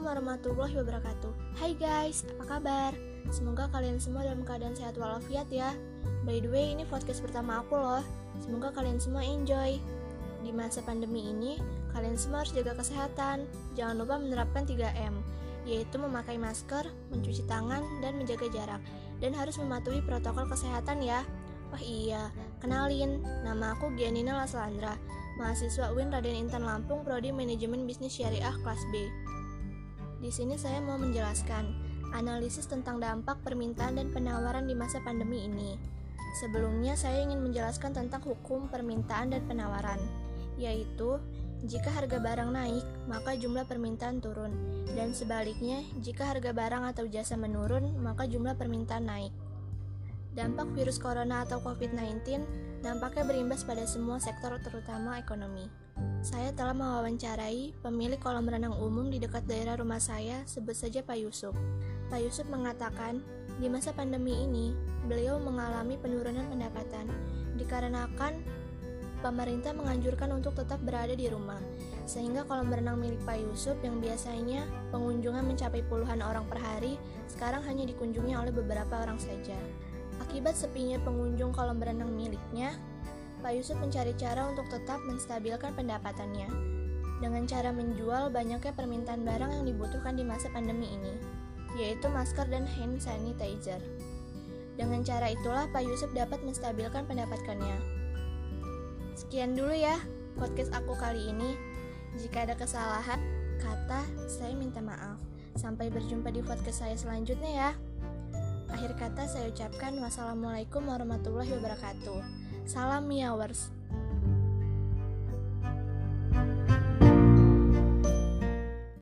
Assalamualaikum warahmatullahi wabarakatuh. Hai guys, apa kabar? Semoga kalian semua dalam keadaan sehat walafiat ya. By the way, ini podcast pertama aku loh. Semoga kalian semua enjoy. Di masa pandemi ini, kalian semua harus jaga kesehatan. Jangan lupa menerapkan 3M, yaitu memakai masker, mencuci tangan, dan menjaga jarak. Dan harus mematuhi protokol kesehatan ya. Oh iya, kenalin, nama aku Gianina Laslandra, mahasiswa UIN Raden Intan Lampung, Prodi Manajemen Bisnis Syariah kelas B. Di sini saya mau menjelaskan analisis tentang dampak permintaan dan penawaran di masa pandemi ini. Sebelumnya saya ingin menjelaskan tentang hukum permintaan dan penawaran, yaitu jika harga barang naik, maka jumlah permintaan turun, dan sebaliknya, jika harga barang atau jasa menurun, maka jumlah permintaan naik. Dampak virus corona atau COVID-19 nampaknya berimbas pada semua sektor, terutama ekonomi. Saya telah mewawancarai pemilik kolam renang umum di dekat daerah rumah saya, sebut saja Pak Yusuf. Pak Yusuf mengatakan, di masa pandemi ini, beliau mengalami penurunan pendapatan, dikarenakan pemerintah menganjurkan untuk tetap berada di rumah, sehingga kolam renang milik Pak Yusuf yang biasanya pengunjungnya mencapai puluhan orang per hari, sekarang hanya dikunjungi oleh beberapa orang saja. Akibat sepinya pengunjung kolam renang miliknya, Pak Yusuf mencari cara untuk tetap menstabilkan pendapatannya dengan cara menjual banyaknya permintaan barang yang dibutuhkan di masa pandemi ini, yaitu masker dan hand sanitizer. Dengan cara itulah Pak Yusuf dapat menstabilkan pendapatannya. Sekian dulu ya podcast aku kali ini. Jika ada kesalahan kata, saya minta maaf. Sampai berjumpa di podcast saya selanjutnya ya. Akhir kata saya ucapkan wassalamualaikum warahmatullahi wabarakatuh. Salam Miawers.